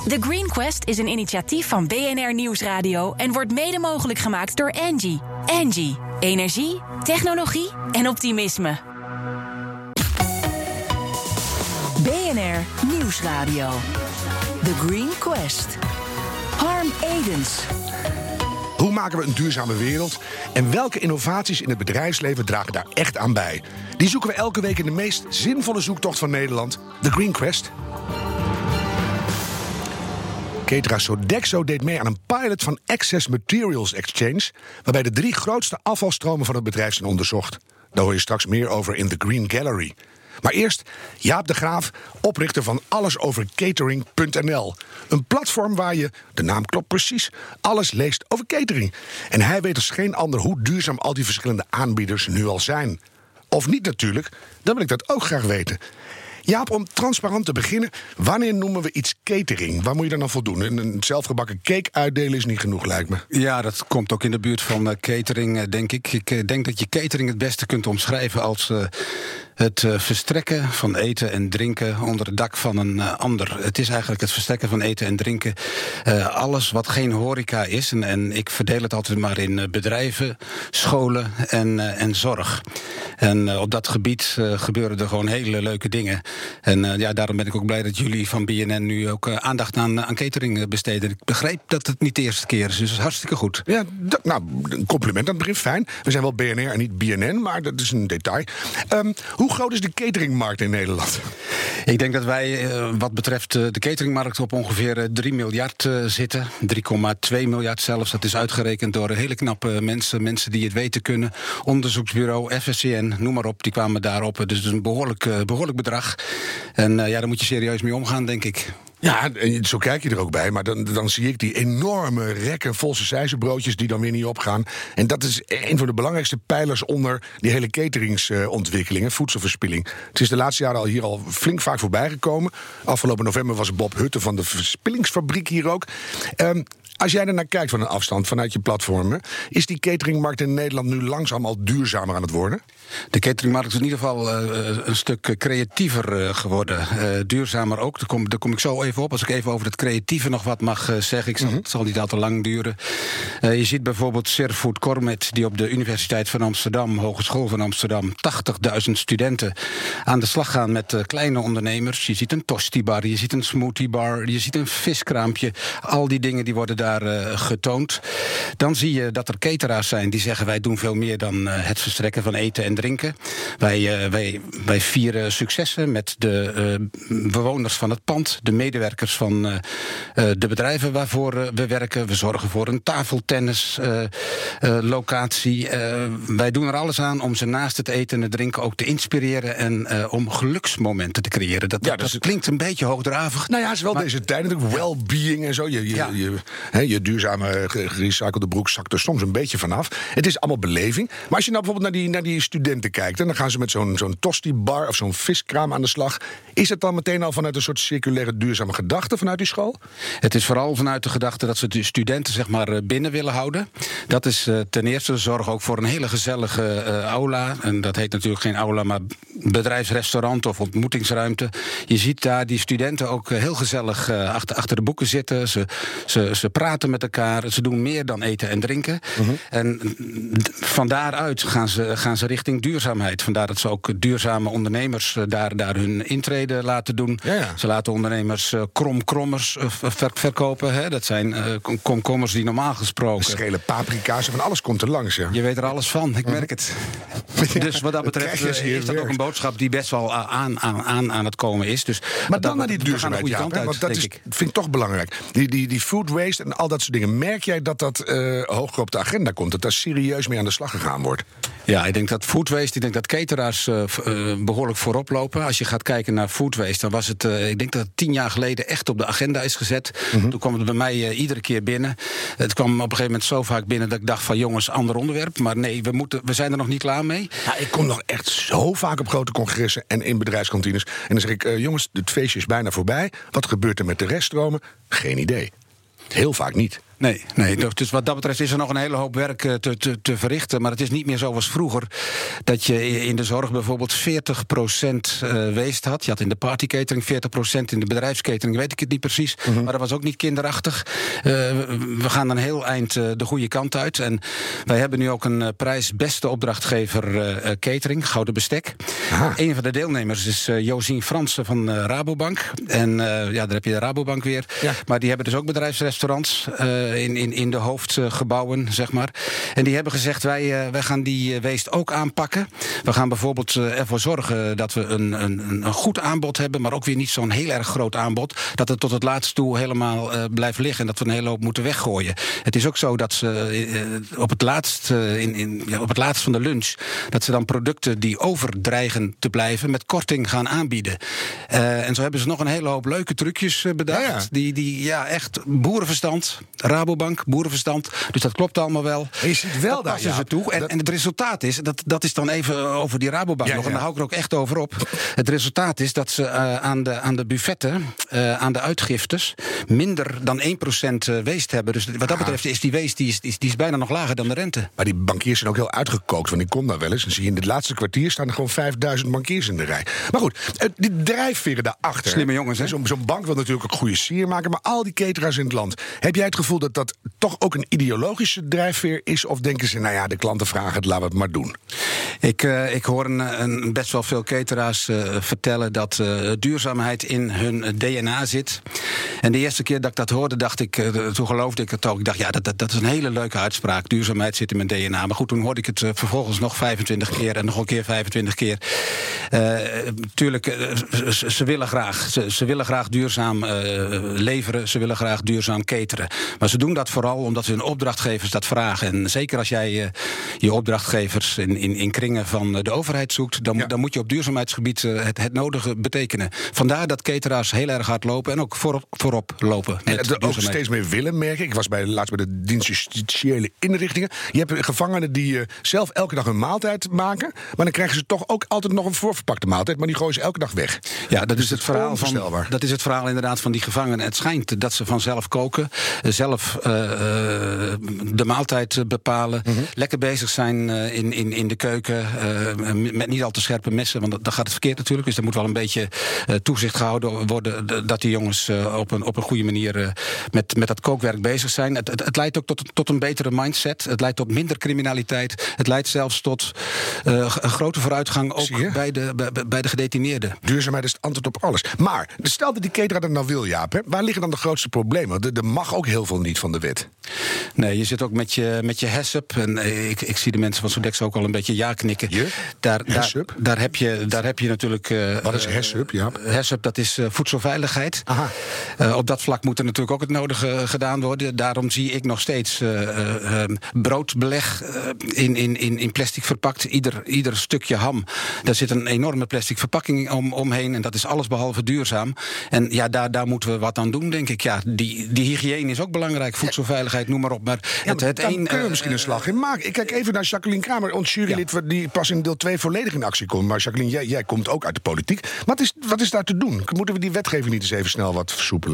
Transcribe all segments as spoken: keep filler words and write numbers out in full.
The Green Quest is een initiatief van B N R Nieuwsradio en wordt mede mogelijk gemaakt door Engie. Engie. Energie, technologie en optimisme. B N R Nieuwsradio. The Green Quest. Harm Edens. Hoe maken we een duurzame wereld? En welke innovaties in het bedrijfsleven dragen daar echt aan bij? Die zoeken we elke week in de meest zinvolle zoektocht van Nederland, The Green Quest. Ketera Sodexo deed mee aan een pilot van Access Materials Exchange, waarbij de drie grootste afvalstromen van het bedrijf zijn onderzocht. Daar hoor je straks meer over in The Green Gallery. Maar eerst Jaap de Graaf, oprichter van allesovercatering punt n l. Een platform waar je, de naam klopt precies, alles leest over catering. En hij weet als geen ander hoe duurzaam al die verschillende aanbieders nu al zijn. Of niet natuurlijk, dan wil ik dat ook graag weten. Jaap, om transparant te beginnen, wanneer noemen we iets catering? Waar moet je dan aan voldoen? Een zelfgebakken cake uitdelen is niet genoeg, lijkt me. Ja, dat komt ook in de buurt van uh, catering, uh, denk ik. Ik uh, denk dat je catering het beste kunt omschrijven als uh, het uh, verstrekken van eten en drinken onder het dak van een uh, ander. Het is eigenlijk het verstrekken van eten en drinken. Uh, alles wat geen horeca is. En, en ik verdeel het altijd maar in uh, bedrijven, scholen en, uh, en zorg. En uh, op dat gebied uh, gebeuren er gewoon hele leuke dingen. En uh, ja, daarom ben ik ook blij dat jullie van B N N nu ook uh, aandacht aan, aan catering uh, besteden. Ik begreep dat het niet de eerste keer is, dus dat is hartstikke goed. Ja, dat, nou, een compliment aan het begin, fijn. We zijn wel B N R en niet B N N, maar dat is een detail. Um, hoe groot is de cateringmarkt in Nederland? Ik denk dat wij uh, wat betreft uh, de cateringmarkt op ongeveer uh, drie miljard uh, zitten. drie komma twee miljard zelfs. Dat is uitgerekend door hele knappe mensen. Mensen die het weten kunnen. Onderzoeksbureau, F S C N, noem maar op. Die kwamen daarop. Dus het is een behoorlijk, uh, behoorlijk bedrag. En uh, ja, daar moet je serieus mee omgaan, denk ik. Ja, en zo kijk je er ook bij. Maar dan, dan zie ik die enorme rekken vol broodjes die dan weer niet opgaan. En dat is een van de belangrijkste pijlers onder die hele cateringsontwikkeling en voedselverspilling. Het is de laatste jaren al hier al flink vaak voorbij gekomen. Afgelopen november was Bob Hutte van de Verspillingsfabriek hier ook. Um, Als jij er naar kijkt van een afstand, vanuit je platformen, is die cateringmarkt in Nederland nu langzaam al duurzamer aan het worden? De cateringmarkt is in ieder geval uh, een stuk creatiever uh, geworden. Uh, duurzamer ook, daar kom, daar kom ik zo even op. Als ik even over het creatieve nog wat mag uh, zeggen. Ik zal, mm-hmm. Het zal niet al te lang duren. Uh, je ziet bijvoorbeeld Serfood Cormet, die op de Universiteit van Amsterdam, Hogeschool van Amsterdam, tachtigduizend studenten aan de slag gaan met uh, kleine ondernemers. Je ziet een tosti-bar, je ziet een smoothie-bar, je ziet een viskraampje. Al die dingen die worden daar Uh, getoond. Dan zie je dat er cateraars zijn die zeggen wij doen veel meer dan uh, het verstrekken van eten en drinken. Wij, uh, wij, wij vieren successen met de uh, bewoners van het pand, de medewerkers van uh, uh, de bedrijven waarvoor uh, we werken. We zorgen voor een tafeltennis uh, uh, locatie. Uh, wij doen er alles aan om ze naast het eten en het drinken ook te inspireren en uh, om geluksmomenten te creëren. Dat, ja, dat, dat klinkt een beetje hoogdravig. Nou ja, het is wel maar, deze tijd natuurlijk. Well-being en zo. Je, je, ja. je, he, je duurzame gerecyclede broek zakt er soms een beetje vanaf. Het is allemaal beleving. Maar als je nou bijvoorbeeld naar die, naar die studenten kijkt, en dan gaan ze met zo'n, zo'n tosti-bar of zo'n viskraam aan de slag. Is het dan meteen al vanuit een soort circulaire duurzame gedachte vanuit die school? Het is vooral vanuit de gedachte dat ze de studenten zeg maar binnen willen houden. Dat is uh, ten eerste, zorg ook voor een hele gezellige uh, aula. En dat heet natuurlijk geen aula, maar bedrijfsrestaurant of ontmoetingsruimte. Je ziet daar die studenten ook uh, heel gezellig uh, achter, achter de boeken zitten. Ze, ze, ze praten met elkaar. Ze doen meer dan eten en drinken. Uh-huh. En d- van daaruit gaan ze, gaan ze richting duurzaamheid. Vandaar dat ze ook duurzame ondernemers uh, daar, daar hun intrede laten doen. Ja, ja. Ze laten ondernemers uh, kromkrommers uh, ver- verkopen. Hè. Dat zijn uh, komkommers die normaal gesproken... Schele paprika's, van alles komt er langs. Ja. Je weet er alles van, ik merk het. Ja, dus wat dat betreft uh, is dat ook een boodschap die best wel aan, aan, aan, aan het komen is. Dus maar dan naar die duurzaamheid, ja, uit, want dat is, vind ik toch belangrijk. Die, die, die food waste en al dat soort dingen. Merk jij dat dat uh, hoger op de agenda komt? Dat daar serieus mee aan de slag gegaan wordt? Ja, ik denk dat food waste, ik denk dat cateraars uh, uh, behoorlijk voorop lopen. Als je gaat kijken naar food waste, dan was het, uh, ik denk dat het tien jaar geleden echt op de agenda is gezet. Mm-hmm. Toen kwam het bij mij uh, iedere keer binnen. Het kwam op een gegeven moment zo vaak binnen dat ik dacht van jongens, ander onderwerp. Maar nee, we, moeten, we zijn er nog niet klaar mee. Ja, ik kom nog echt zo vaak op grote congressen en in bedrijfskantines. En dan zeg ik, uh, jongens, het feestje is bijna voorbij. Wat gebeurt er met de reststromen? Geen idee. Heel vaak niet. Nee, nee, dus wat dat betreft is er nog een hele hoop werk te, te, te verrichten. Maar het is niet meer zoals vroeger dat je in de zorg bijvoorbeeld veertig procent weest had. Je had in de partycatering veertig procent, in de bedrijfskatering weet ik het niet precies. Mm-hmm. Maar dat was ook niet kinderachtig. Uh, we gaan dan heel eind uh, de goede kant uit. En wij hebben nu ook een uh, prijs beste opdrachtgever uh, catering, Gouden Bestek. Aha. Een van de deelnemers is uh, Josien Fransen van uh, Rabobank. En uh, ja, daar heb je de Rabobank weer. Ja. Maar die hebben dus ook bedrijfsrestaurants uh, in, in, in de hoofdgebouwen, zeg maar. En die hebben gezegd, wij, uh, wij gaan die uh, weest ook aanpakken. We gaan bijvoorbeeld uh, ervoor zorgen dat we een, een, een goed aanbod hebben, maar ook weer niet zo'n heel erg groot aanbod, dat het tot het laatste toe helemaal uh, blijft liggen en dat we een hele hoop moeten weggooien. Het is ook zo dat ze uh, op, het laatst, uh, in, in, ja, op het laatst van de lunch, dat ze dan producten die overdreigen te blijven met korting gaan aanbieden. Uh, en zo hebben ze nog een hele hoop leuke trucjes uh, bedacht. Ja, ja. Die, die ja, echt boerenverstand, Rabobank, boerenverstand. Dus dat klopt allemaal wel. En je ziet wel dat passen ze toe. En, dat... en het resultaat is, dat, dat is dan even over die Rabobank ja, nog, ja. En daar hou ik er ook echt over op. Het resultaat is dat ze uh, aan, de, aan de buffetten, uh, aan de uitgiftes, minder dan één procent weest hebben. Dus wat dat betreft is die weest die is, die is, die is bijna nog lager dan de rente. Maar die bankiers zijn ook heel uitgekookt, want ik kom daar wel eens en zie je in het laatste kwartier staan er gewoon vijfduizend bankiers in de rij. Maar goed, die drijfveren daarachter. Slimme jongens, hè? Zo'n, zo'n bank wil natuurlijk ook goede sier maken, maar al die cateraars in het land. Heb jij het gevoel dat dat toch ook een ideologische drijfveer is? Of denken ze, nou ja, de klanten vragen het, laten we het maar doen? Ik, uh, ik hoor een, een best wel veel cateraars uh, vertellen dat uh, duurzaamheid in hun D N A zit. En de eerste keer dat ik dat hoorde, dacht ik, uh, toen geloofde ik het ook. Ik dacht, ja, dat, dat, dat is een hele leuke uitspraak. Duurzaamheid zit in mijn D N A. Maar goed, toen hoorde ik het uh, vervolgens nog vijfentwintig keer en nog een keer vijfentwintig keer. Uh, tuurlijk, uh, ze, ze willen graag. Ze, ze willen graag duurzaam uh, leveren. Ze willen graag duurzaam cateren. Maar ze doen dat vooral omdat hun opdrachtgevers dat vragen. En zeker als jij uh, je opdrachtgevers in, in, in kringen van de overheid zoekt, dan, ja. dan moet je op duurzaamheidsgebied uh, het, het nodige betekenen. Vandaar dat cateraars heel erg hard lopen en ook voorop, voorop lopen. En er ook steeds meer willen merken. Ik was bij, laatst bij de dienst justitiële inrichtingen. Je hebt gevangenen die uh, zelf elke dag een maaltijd maken, maar dan krijgen ze toch ook altijd nog een voorverpakte maaltijd, maar die gooien ze elke dag weg. Ja, dat is het verhaal van, dat is het verhaal inderdaad van die gevangenen. Het schijnt dat ze vanzelf koken, zelf uh, de maaltijd bepalen, mm-hmm. lekker bezig zijn uh, in, in, in de keuken, uh, met niet al te scherpe messen, want dan gaat het verkeerd natuurlijk. Dus er moet wel een beetje uh, toezicht gehouden worden dat die jongens uh, op, een, op een goede manier uh, met, met dat kookwerk bezig zijn. Het, het, het leidt ook tot, tot een betere mindset. Het leidt tot minder criminaliteit. Het leidt zelfs tot uh, een grote vooruitgang ook bij de, bij, bij de gedetineerden. Duurzaamheid is het antwoord op alles. Maar stel dat die cateraar dat nou wil, Jaap, hè, waar liggen dan de grootste problemen? Er, er mag ook heel veel niet van de wet. Nee, je zit ook met je, met je HACCP. En ik, ik zie de mensen van Sodexo ook al een beetje ja knikken. Je? Daar, daar, daar, heb je, daar heb je natuurlijk... Uh, Wat is HACCP, ja? HACCP, dat is uh, voedselveiligheid. Aha. Uh, op dat vlak moet er natuurlijk ook het nodige gedaan worden. Daarom zie ik nog steeds uh, uh, broodbeleg uh, in, in, in plastic verpakt. Ieder, ieder stukje ham, daar zit een enorme plastic verpakking om, omheen. En dat is allesbehalve duurzaam. En ja, daar, daar moeten we wat aan doen, denk ik. Ja, die, die hygiëne is ook belangrijk. Voedselveiligheid, noem maar op. Maar ja, het, het dan een, kunnen we misschien een slag in maken. Ik kijk even naar Jacqueline Kramer, ons jurylid, ja. die pas in deel twee volledig in actie komt. Maar Jacqueline, jij, jij komt ook uit de politiek. Wat is, wat is daar te doen? Moeten we die wetgeving niet eens even snel wat versoepelen?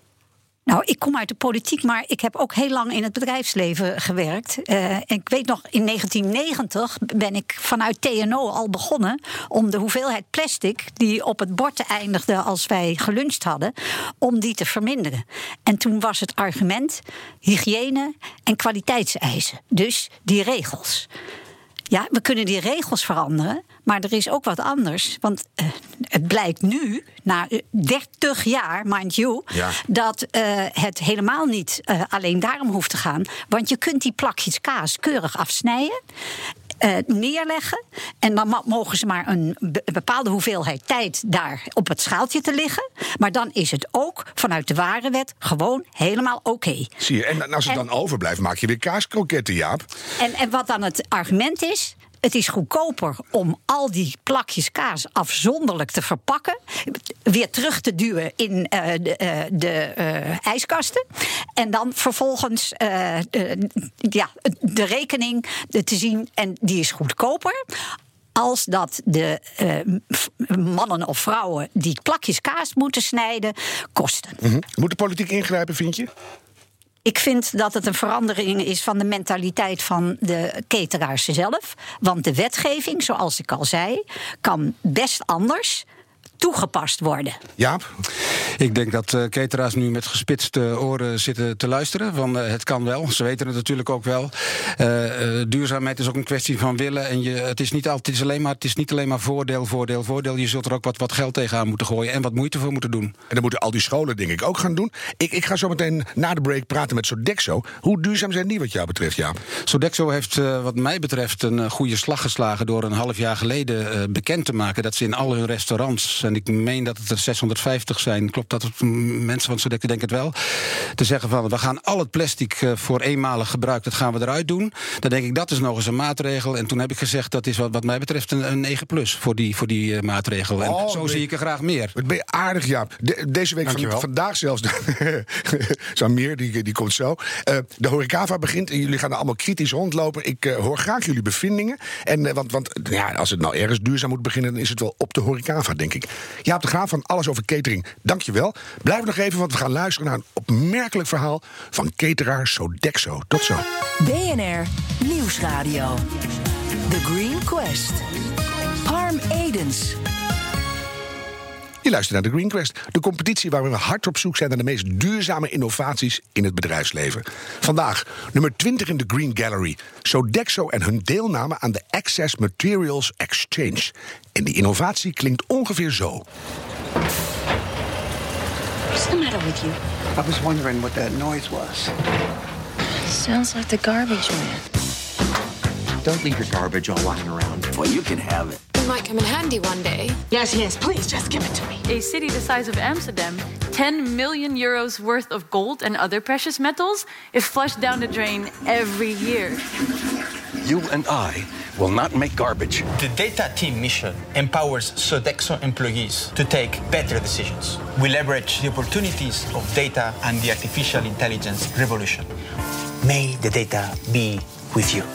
Nou, ik kom uit de politiek, maar ik heb ook heel lang in het bedrijfsleven gewerkt. Uh, en ik weet nog, in negentien negentig ben ik vanuit T N O al begonnen om de hoeveelheid plastic die op het bord eindigde als wij geluncht hadden, om die te verminderen. En toen was het argument hygiëne en kwaliteitseisen. Dus die regels. Ja, we kunnen die regels veranderen, maar er is ook wat anders. Want uh, het blijkt nu, na dertig jaar, mind you, ja. dat uh, het helemaal niet uh, alleen daarom hoeft te gaan. Want je kunt die plakjes kaas keurig afsnijden, Uh, neerleggen. En dan mogen ze maar een bepaalde hoeveelheid tijd daar op het schaaltje te liggen. Maar dan is het ook vanuit de warenwet gewoon helemaal oké. Okay. Zie je, en als het en, dan overblijft, maak je weer kaaskroketten, Jaap. En, en wat dan het argument is, het is goedkoper om al die plakjes kaas afzonderlijk te verpakken, weer terug te duwen in uh, de, uh, de uh, ijskasten en dan vervolgens uh, de, ja, de rekening te zien, en die is goedkoper als dat de uh, mannen of vrouwen die plakjes kaas moeten snijden kosten. Mm-hmm. Moet de politiek ingrijpen, vind je? Ik vind dat het een verandering is van de mentaliteit van de cateraars zelf. Want de wetgeving, zoals ik al zei, kan best anders toegepast worden. Jaap? Ik denk dat uh, cateraars nu met gespitste oren zitten te luisteren. Van uh, het kan wel. Ze weten het natuurlijk ook wel. Uh, uh, duurzaamheid is ook een kwestie van willen. En je, het is niet altijd, het is alleen maar, het is niet alleen maar voordeel, voordeel, voordeel. Je zult er ook wat, wat geld tegenaan moeten gooien en wat moeite voor moeten doen. En dan moeten al die scholen denk ik ook gaan doen. Ik, ik ga zo meteen na de break praten met Sodexo. Hoe duurzaam zijn die wat jou betreft, Jaap? Sodexo heeft uh, wat mij betreft een uh, goede slag geslagen door een half jaar geleden uh, bekend te maken dat ze in al hun restaurants, en ik meen dat het er zeshonderdvijftig zijn, klopt dat? Het, mensen van Sodexo denken het wel. Te zeggen van, we gaan al het plastic uh, voor eenmalig gebruik, dat gaan we eruit doen. Dan denk ik, dat is nog eens een maatregel. En toen heb ik gezegd, dat is wat, wat mij betreft een, een negen plus voor die, voor die uh, maatregel. En oh, zo zie ik er graag meer. Wat ben je aardig, Jaap. De, deze week, van, vandaag zelfs, Samir, die, die komt zo. Uh, de horecava begint en jullie gaan er allemaal kritisch rondlopen. Ik uh, hoor graag jullie bevindingen. En, uh, want want ja, als het nou ergens duurzaam moet beginnen, dan is het wel op de horecava, denk ik. Jaap de Graaf van Alles Over Catering, dank je wel. Blijf nog even, want we gaan luisteren naar een opmerkelijk verhaal van cateraar Sodexo. Tot zo. B N R Nieuwsradio. The Green Quest. Harm Edens. Je luistert naar de Green Quest, de competitie waar we hard op zoek zijn naar de meest duurzame innovaties in het bedrijfsleven. Vandaag nummer twintig in de Green Gallery. Sodexo en hun deelname aan de Access Materials Exchange. En die innovatie klinkt ongeveer zo. What's the matter with you? I was wondering what that noise was. Sounds like the garbage man. Don't leave your garbage all lying around. Well, you can have it. It might come in handy one day. Yes, yes, please, just give it to me. A city the size of Amsterdam, ten million euros worth of gold and other precious metals is flushed down the drain every year. You and I will not make garbage. The Data Team mission empowers Sodexo employees to take better decisions. We leverage the opportunities of data and the artificial intelligence revolution. May the data be with you.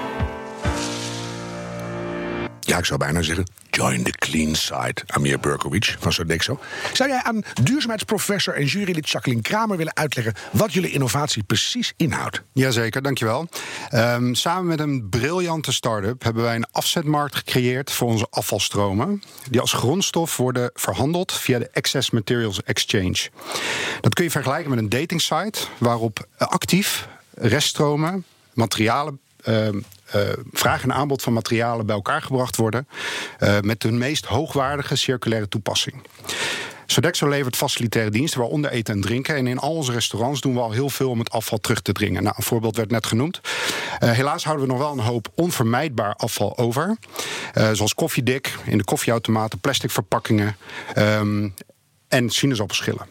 Ja, ik zou bijna zeggen, join the clean side. Amir Berkovic van Sodexo. Zou jij aan duurzaamheidsprofessor en jurylid Jacqueline Kramer willen uitleggen wat jullie innovatie precies inhoudt? Jazeker, dankjewel. Um, samen met een briljante start-up hebben wij een afzetmarkt gecreëerd voor onze afvalstromen, die als grondstof worden verhandeld via de Access Materials Exchange. Dat kun je vergelijken met een datingsite waarop actief reststromen, materialen, Uh, uh, vraag en aanbod van materialen bij elkaar gebracht worden uh, met de meest hoogwaardige circulaire toepassing. Sodexo levert facilitaire diensten, waaronder eten en drinken. En in al onze restaurants doen we al heel veel om het afval terug te dringen. Nou, een voorbeeld werd net genoemd. Uh, helaas houden we nog wel een hoop onvermijdbaar afval over. Uh, zoals koffiedik, in de koffieautomaten, plastic verpakkingen um, en sinaasappelschillen.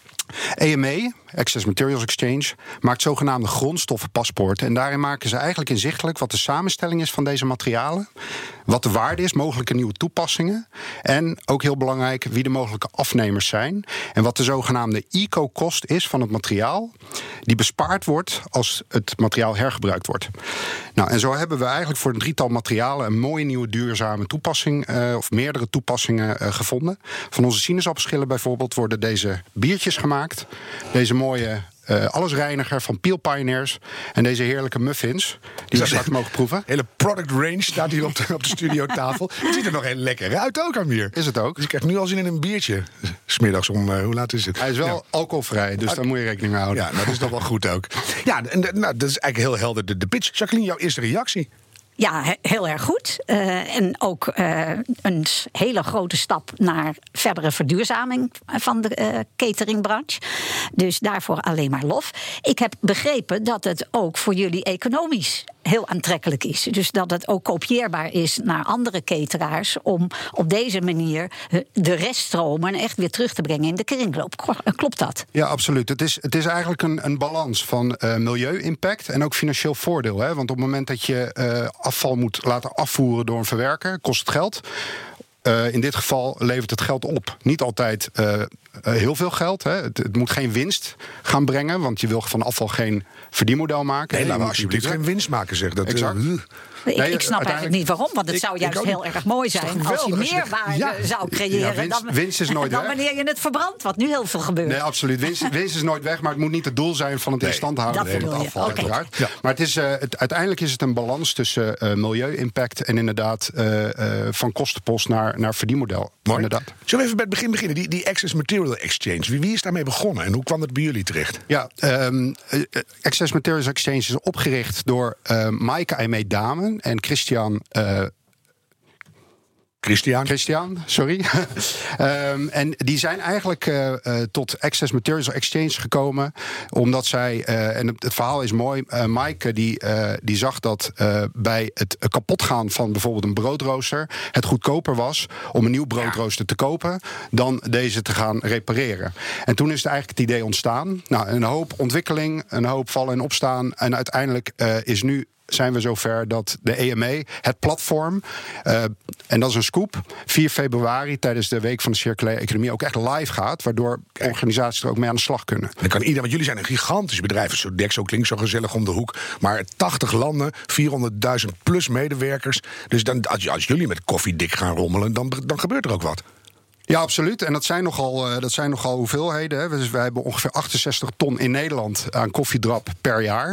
A M E, Access Materials Exchange, maakt zogenaamde grondstoffenpaspoorten. En daarin maken ze eigenlijk inzichtelijk wat de samenstelling is van deze materialen, wat de waarde is, mogelijke nieuwe toepassingen, en ook heel belangrijk wie de mogelijke afnemers zijn en wat de zogenaamde eco-kost is van het materiaal die bespaard wordt als het materiaal hergebruikt wordt. Nou, en zo hebben we eigenlijk voor een drietal materialen een mooie nieuwe duurzame toepassing, uh, of meerdere toepassingen uh, gevonden. Van onze sinaasappelschillen bijvoorbeeld worden deze biertjes gemaakt. Deze mooie uh, allesreiniger van Peel Pioneers en deze heerlijke muffins die we straks mogen proeven. Hele product range staat hier op de, op de studiotafel. Het ziet er nog heel lekker uit ook, Amir. Is het ook? Dus ik krijg nu al zin in een biertje. 'S Middags om, uh, hoe laat is het? Hij is wel ja. alcoholvrij, dus daar moet je rekening mee houden. Ja, nou, dat is toch wel goed ook. Ja, en, nou, dat is eigenlijk heel helder de, de pitch. Jacqueline, jouw eerste reactie? Ja, he- heel erg goed. Uh, en ook uh, een hele grote stap naar verdere verduurzaming van de uh, cateringbranche. Dus daarvoor alleen maar lof. Ik heb begrepen dat het ook voor jullie economisch heel aantrekkelijk is. Dus dat het ook kopieerbaar is naar andere cateraars om op deze manier de reststromen echt weer terug te brengen in de kringloop. Klopt dat? Ja, absoluut. Het is, het is eigenlijk een, een balans van uh, milieu-impact en ook financieel voordeel. Hè? Want op het moment dat je uh, afval moet laten afvoeren door een verwerker, kost het geld. Uh, in dit geval levert het geld op. Niet altijd uh, uh, heel veel geld. Hè. Het, het moet geen winst gaan brengen, want je wil van afval geen verdienmodel maken. Nee, laten we alsjeblieft geen winst maken, zeg. Dat, exact. Uh, Ik, nee, ik snap eigenlijk niet waarom, want het ik, zou juist heel erg mooi zijn als je meerwaarde ja. zou creëren Ja, winst, dan, winst is nooit dan weg. wanneer je het verbrandt, wat nu heel veel gebeurt. Nee, absoluut. Winst, winst is nooit weg, maar het moet niet het doel zijn van het nee, in stand houden dat van het je. afval. Okay. Uiteraard. Ja. Maar het is, uh, het, uiteindelijk is het een balans tussen uh, milieu-impact en inderdaad uh, uh, van kostenpost naar, naar verdienmodel. Mooi. Inderdaad. Zullen we even bij het begin beginnen? Die, die Access Material Exchange, wie, wie is daarmee begonnen en hoe kwam het bij jullie terecht? Ja, um, uh, Access Materials Exchange is opgericht door uh, Maaike Aimee Damen en Christian. Uh, Christian. Christian, sorry. um, en die zijn eigenlijk uh, uh, tot Access Materials Exchange gekomen. Omdat zij, uh, en het, het verhaal is mooi, uh, Mike die, uh, die zag dat uh, bij het kapotgaan van bijvoorbeeld een broodrooster het goedkoper was om een nieuw broodrooster te kopen dan deze te gaan repareren. En toen is er eigenlijk het idee ontstaan. Nou, een hoop ontwikkeling, een hoop vallen en opstaan. En uiteindelijk uh, is nu zijn we zover dat de E M E, het platform, uh, en dat is een scoop, vier februari tijdens de Week van de Circulaire Economie ook echt live gaat, waardoor organisaties er ook mee aan de slag kunnen. Dan kan iedereen, want jullie zijn een gigantisch bedrijf. Sodexo klinkt zo gezellig om de hoek, maar tachtig landen, vierhonderdduizend plus medewerkers. Dus dan, als, als jullie met koffiedik gaan rommelen, dan, dan gebeurt er ook wat. Ja, absoluut. En dat zijn nogal, uh, dat zijn nogal hoeveelheden. Hè. Dus wij hebben ongeveer achtenzestig ton in Nederland aan koffiedrap per jaar.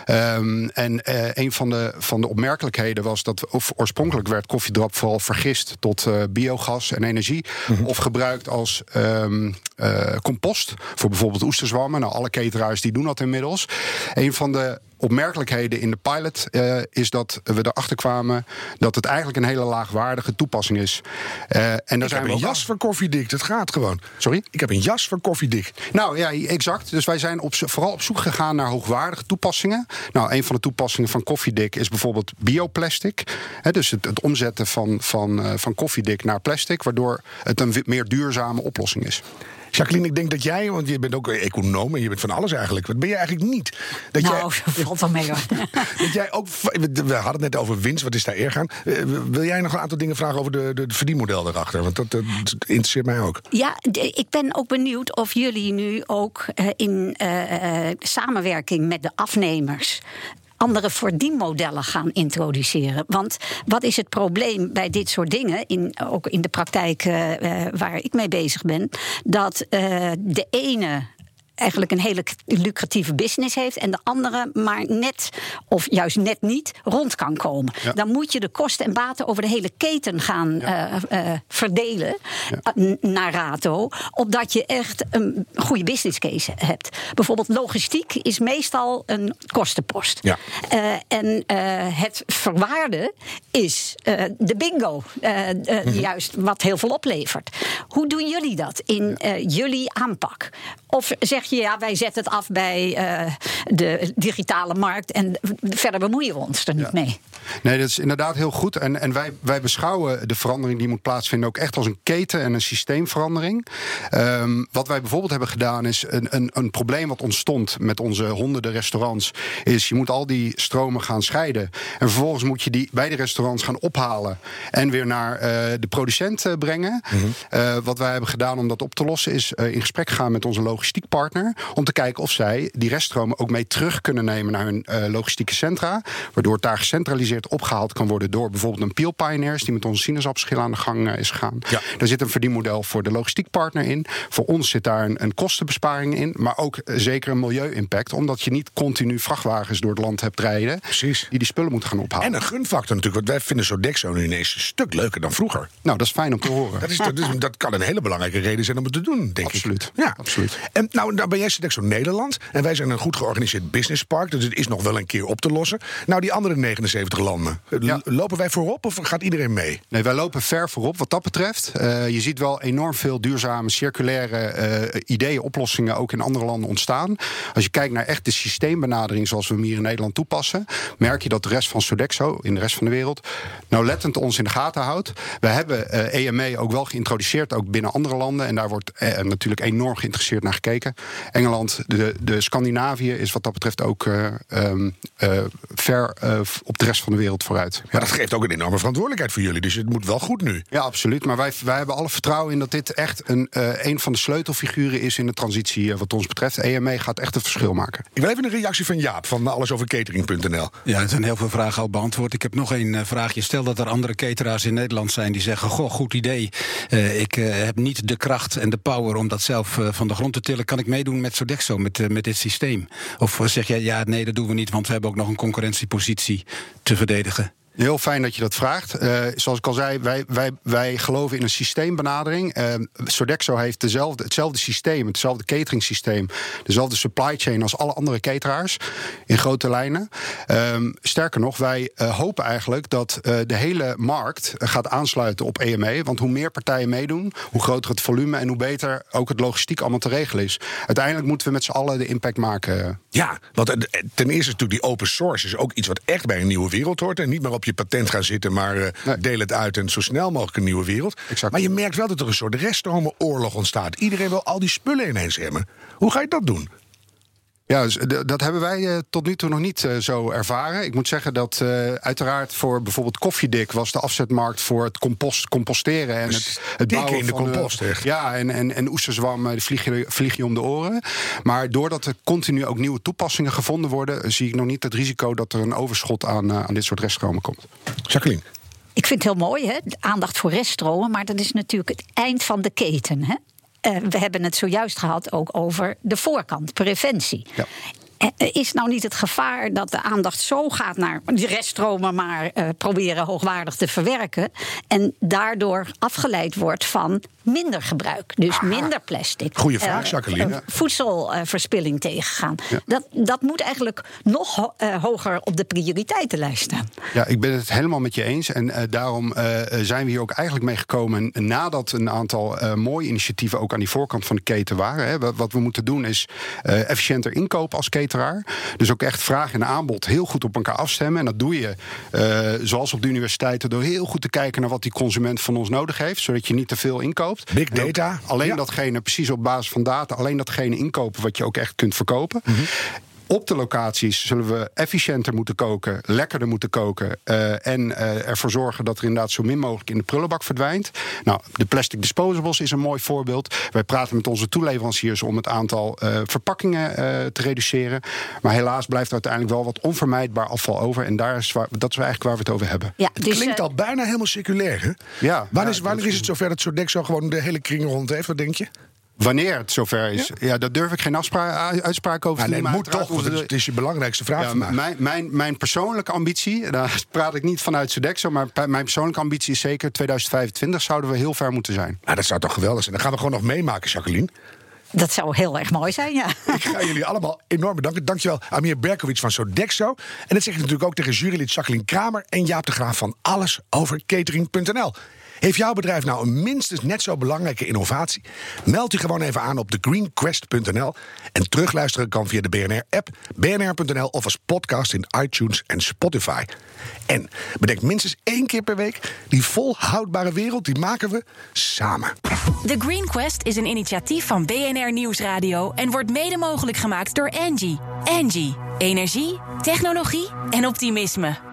Um, en uh, een van de, van de opmerkelijkheden was dat of oorspronkelijk werd koffiedrap vooral vergist tot uh, biogas en energie. Mm-hmm. Of gebruikt als um, uh, compost voor bijvoorbeeld oesterzwammen. Nou, alle cateraars die doen dat inmiddels. Een van de opmerkelijkheden in de pilot uh, is dat we erachter kwamen dat het eigenlijk een hele laagwaardige toepassing is. Uh, en daar ik zijn heb we een jas voor koffiedik, dat gaat gewoon. Sorry? Ik heb een jas voor koffiedik. Nou ja, exact. Dus wij zijn op, vooral op zoek gegaan naar hoogwaardige toepassingen. Nou, een van de toepassingen van koffiedik is bijvoorbeeld bioplastic. He, dus het, het omzetten van, van, uh, van koffiedik naar plastic, waardoor het een meer duurzame oplossing is. Jacqueline, ik denk dat jij, want je bent ook econoom en je bent van alles eigenlijk. Wat ben je eigenlijk niet? Dat nou, jij, valt wel mee hoor. Dat jij ook, we hadden het net over winst, wat is daar eer aan? Uh, wil jij nog een aantal dingen vragen over de, de, de verdienmodel erachter? Want dat, dat interesseert mij ook. Ja, ik ben ook benieuwd of jullie nu ook uh, in uh, samenwerking met de afnemers andere verdienmodellen gaan introduceren. Want wat is het probleem bij dit soort dingen, in, ook in de praktijk uh, waar ik mee bezig ben, dat uh, de ene eigenlijk een hele lucratieve business heeft en de andere maar net, of juist net niet, rond kan komen. Ja. Dan moet je de kosten en baten over de hele keten gaan ja. uh, uh, verdelen ja. uh, naar rato, opdat je echt een goede business case hebt. Bijvoorbeeld logistiek is meestal een kostenpost. Ja. Uh, en uh, het verwaarden is uh, de bingo, uh, uh, mm-hmm. juist wat heel veel oplevert. Hoe doen jullie dat in uh, jullie aanpak? Of zeg je, ja, wij zetten het af bij uh, de digitale markt en verder bemoeien we ons er niet ja. mee. Nee, dat is inderdaad heel goed. En, en wij, wij beschouwen de verandering die moet plaatsvinden ook echt als een keten- en een systeemverandering. Um, wat wij bijvoorbeeld hebben gedaan is een, een, een probleem wat ontstond met onze honderden restaurants, is je moet al die stromen gaan scheiden. En vervolgens moet je die bij de restaurants gaan ophalen en weer naar uh, de producent uh, brengen. Mm-hmm. Uh, wat wij hebben gedaan om dat op te lossen is uh, in gesprek gaan met onze logistiekpartner om te kijken of zij die reststromen ook mee terug kunnen nemen naar hun uh, logistieke centra, waardoor het daar gecentraliseerd opgehaald kan worden door bijvoorbeeld een Peel Pioneers die met onze sinaasappelschil aan de gang uh, is gegaan. Ja. Daar zit een verdienmodel voor de logistiekpartner in. Voor ons zit daar een, een kostenbesparing in, maar ook uh, zeker een milieu-impact, omdat je niet continu vrachtwagens door het land hebt rijden. Precies. Die die spullen moeten gaan ophalen. En een gunfactor natuurlijk, want wij vinden Sodexo nu ineens een stuk leuker dan vroeger. Nou, dat is fijn om te horen. Dat, is, dat, is, dat kan een hele belangrijke reden zijn om het te doen, denk absoluut. ik. Ja, absoluut. En nou, nou ben jij Sodexo Nederland en wij zijn een goed georganiseerd businesspark, dus het is nog wel een keer op te lossen. Nou, die andere negenenzeventig landen, ja. lopen wij voorop of gaat iedereen mee? Nee, wij lopen ver voorop wat dat betreft. Uh, je ziet wel enorm veel duurzame, circulaire uh, ideeën, oplossingen ook in andere landen ontstaan. Als je kijkt naar echt de systeembenadering zoals we hem hier in Nederland toepassen, merk je dat de rest van Sodexo in de rest van de wereld nauwlettend ons in de gaten houdt. We hebben uh, E M E ook wel geïntroduceerd, ook binnen andere landen. En daar wordt uh, natuurlijk enorm geïnteresseerd naar gekeken. Engeland, de, de Scandinavië is wat dat betreft ook uh, um, uh, ver uh, op de rest van de wereld vooruit. Maar dat geeft ook een enorme verantwoordelijkheid voor jullie. Dus het moet wel goed nu. Ja, absoluut. Maar wij, wij hebben alle vertrouwen in dat dit echt een, uh, een van de sleutelfiguren is in de transitie uh, wat ons betreft. E M E gaat echt een verschil maken. Ik wil even een reactie van Jaap van alles over catering punt n l. Ja, er zijn heel veel vragen al beantwoord. Ik heb nog een uh, vraagje. Stel dat er andere cateraars in Nederland zijn die zeggen, goh, goed idee. Uh, ik uh, heb niet de kracht en de power om dat zelf uh, van de grond te tillen. Kan ik meedoen met Sodexo, met, uh, met dit systeem? Of uh, zeg jij, ja, nee, dat doen we niet, want we hebben ook nog een concurrentiepositie te verdedigen. Heel fijn dat je dat vraagt. Uh, zoals ik al zei, wij, wij, wij geloven in een systeembenadering. Uh, Sodexo heeft dezelfde, hetzelfde systeem, hetzelfde cateringsysteem, dezelfde supply chain als alle andere cateraars in grote lijnen. Um, sterker nog, wij uh, hopen eigenlijk dat uh, de hele markt gaat aansluiten op E M E. Want hoe meer partijen meedoen, hoe groter het volume en hoe beter ook het logistiek allemaal te regelen is. Uiteindelijk moeten we met z'n allen de impact maken. Ja, want ten eerste is natuurlijk die open source is ook iets wat echt bij een nieuwe wereld hoort. En niet meer op je patent gaan zitten, maar uh, nee. deel het uit en zo snel mogelijk een nieuwe wereld. Exact. Maar je merkt wel dat er een soort reststromen-oorlog ontstaat. Iedereen wil al die spullen ineens hebben. Hoe ga je dat doen? Ja, dus dat hebben wij uh, tot nu toe nog niet uh, zo ervaren. Ik moet zeggen dat uh, uiteraard voor bijvoorbeeld koffiedik was de afzetmarkt voor het compost, composteren en het, het bouwen in de van compost, de, echt. Ja, en, en, en oesterzwam, die vlieg je, vlieg je om de oren. Maar doordat er continu ook nieuwe toepassingen gevonden worden, zie ik nog niet het risico dat er een overschot aan, uh, aan dit soort reststromen komt. Jacqueline. Ik vind het heel mooi, hè? De aandacht voor reststromen, maar dat is natuurlijk het eind van de keten, hè? Uh, we hebben het zojuist gehad ook over de voorkant, preventie. Ja. Is nou niet het gevaar dat de aandacht zo gaat naar die reststromen maar uh, proberen hoogwaardig te verwerken en daardoor afgeleid wordt van minder gebruik, dus Aha. minder plastic. Goeie vraag, Jacqueline. Uh, uh, voedselverspilling uh, tegengaan. Ja. Dat, dat moet eigenlijk nog ho- uh, hoger op de prioriteitenlijst staan. Ja, ik ben het helemaal met je eens. En uh, daarom uh, zijn we hier ook eigenlijk mee gekomen nadat een aantal uh, mooie initiatieven ook aan die voorkant van de keten waren. Hè. Wat we moeten doen is uh, efficiënter inkopen als cateraar. Dus ook echt vraag en aanbod heel goed op elkaar afstemmen. En dat doe je, uh, zoals op de universiteiten, door heel goed te kijken naar wat die consument van ons nodig heeft, zodat je niet te veel inkoopt. Big data. Alleen ja. datgene, precies op basis van data, alleen datgene inkopen wat je ook echt kunt verkopen. Mm-hmm. Op de locaties zullen we efficiënter moeten koken, lekkerder moeten koken uh, en uh, ervoor zorgen dat er inderdaad zo min mogelijk in de prullenbak verdwijnt. Nou, de plastic disposables is een mooi voorbeeld. Wij praten met onze toeleveranciers om het aantal uh, verpakkingen uh, te reduceren. Maar helaas blijft er uiteindelijk wel wat onvermijdbaar afval over. En daar is waar, dat is eigenlijk waar we het over hebben. Ja, het dus, klinkt al bijna helemaal circulair, hè? Ja, wanneer ja, is, wanneer is het zover dat Sodexo gewoon de hele kring rond heeft? Wat denk je? Wanneer het zover is, ja, ja daar durf ik geen afspraak, uitspraak over ja, te nee, doen. Het moet toch, want het, het is je belangrijkste vraag ja, vandaag. Mijn, mijn, mijn persoonlijke ambitie, daar praat ik niet vanuit Sodexo, maar mijn persoonlijke ambitie is zeker tweeduizend vijfentwintig zouden we heel ver moeten zijn. Nou, dat zou toch geweldig zijn. Dat gaan we gewoon nog meemaken, Jacqueline. Dat zou heel erg mooi zijn, ja. Ik ga jullie allemaal enorm bedanken. Dankjewel, Amir Berkowitz van Sodexo. En dat zeg ik natuurlijk ook tegen jurylid Jacqueline Kramer en Jaap de Graaf van alles over catering punt n l. Heeft jouw bedrijf nou een minstens net zo belangrijke innovatie? Meld u gewoon even aan op de green quest punt n l. En terugluisteren kan via de B N R-app, b n r punt n l of als podcast in iTunes en Spotify. En bedenk minstens één keer per week, die volhoudbare wereld, die maken we samen. The Green Quest is een initiatief van B N R Nieuwsradio en wordt mede mogelijk gemaakt door Engie. Engie, energie, technologie en optimisme.